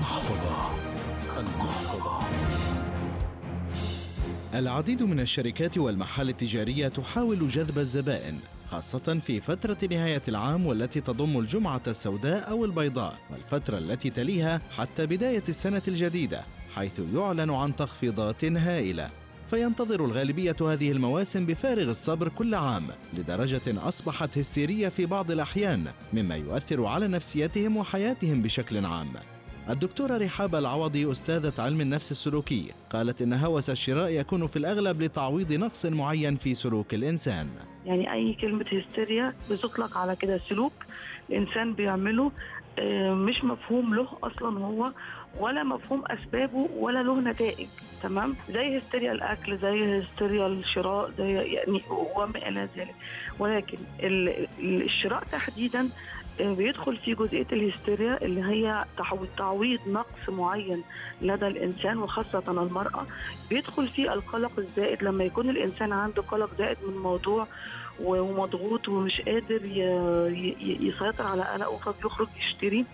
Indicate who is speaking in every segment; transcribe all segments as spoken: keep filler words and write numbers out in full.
Speaker 1: المحفظة. المحفظة.
Speaker 2: العديد من الشركات والمحال التجارية تحاول جذب الزبائن، خاصة في فترة نهاية العام والتي تضم الجمعة السوداء أو البيضاء والفترة التي تليها حتى بداية السنة الجديدة، حيث يعلن عن تخفيضات هائلة. فينتظر الغالبية هذه المواسم بفارغ الصبر كل عام، لدرجة أصبحت هستيرية في بعض الأحيان، مما يؤثر على نفسيتهم وحياتهم بشكل عام. الدكتورة رحاب العوضي أستاذة علم النفس السلوكي قالت إن هوس الشراء يكون في الأغلب لتعويض نقص معين في سلوك الإنسان.
Speaker 3: يعني أي كلمة هستيريا بتطلق على كده سلوك الإنسان بيعمله مش مفهوم له أصلا هو، ولا مفهوم أسبابه، ولا له نتائج. تمام، زي هستيريا الأكل، زي هستيريا الشراء، زي يعني وما إلى ذلك. ولكن الشراء تحديدا بيدخل في جزئية الهستيريا اللي هي تعويض نقص معين لدى الإنسان، وخاصة المرأة. بيدخل في القلق الزائد لما يكون الإنسان عنده قلق زائد من موضوع ومضغوط ومش قادر يسيطر على قلقه، فبيخرج يشتري،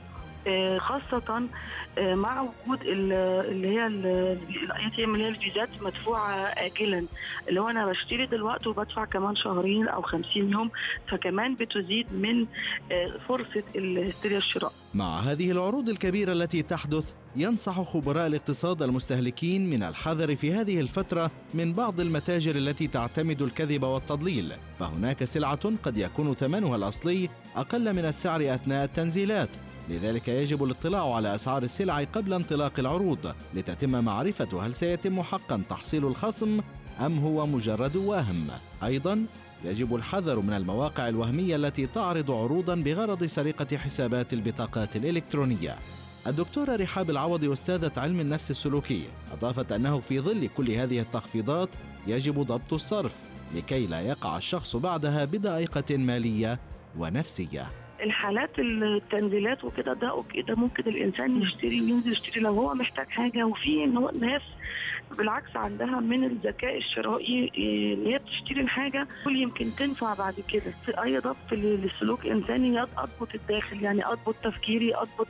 Speaker 3: خاصة مع وجود اللي هي الاي اللي هي الفيزات مدفوعة آجلا، اللي هو أنا بشتري دلوقتي وبدفع كمان شهرين أو خمسين يوم، فكمان بتزيد من فرصة الهستيريا الشراء.
Speaker 2: مع هذه العروض الكبيرة التي تحدث، ينصح خبراء الاقتصاد المستهلكين من الحذر في هذه الفترة من بعض المتاجر التي تعتمد الكذب والتضليل، فهناك سلعة قد يكون ثمنها الأصلي أقل من السعر أثناء التنزيلات. لذلك يجب الاطلاع على أسعار السلع قبل انطلاق العروض، لتتم معرفة هل سيتم حقا تحصيل الخصم أم هو مجرد وهم. أيضا يجب الحذر من المواقع الوهمية التي تعرض عروضا بغرض سرقة حسابات البطاقات الإلكترونية. الدكتورة رحاب العوضي أستاذة علم النفس السلوكي أضافت أنه في ظل كل هذه التخفيضات يجب ضبط الصرف لكي لا يقع الشخص بعدها بضائقة مالية ونفسية.
Speaker 3: الحالات التنزيلات وكده ده ده ممكن الانسان يشتري وينزل يشتري لو هو محتاج حاجه، وفي ناس بالعكس عندها من الذكاء الشرائي ان هي تشتري الحاجه يمكن تنفع بعد كده. في اي ضبط للسلوك الانساني، اضبط الداخل، يعني اضبط تفكيري، اضبط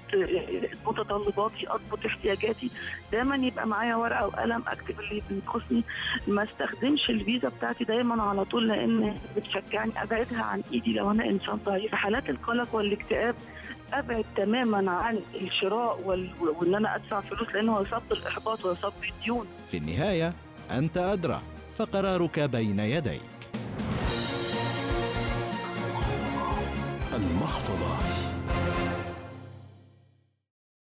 Speaker 3: متطلباتي، اضبط احتياجاتي. دايما يبقى معايا ورقه وقلم اكتب اللي بينقصني. ما استخدمش الفيزا بتاعتي دايما على طول، لان بتشجعني ابعدها عن ايدي لو انا انسان ضعيف. حالات القلق والاكتئاب ابعد تماما عن الشراء وان انا ادفع فلوس، لانه يصاب بالاحباط ويصاب بالديون.
Speaker 2: في النهايه انت ادرى، فقرارك بين يديك.
Speaker 1: المحفظة.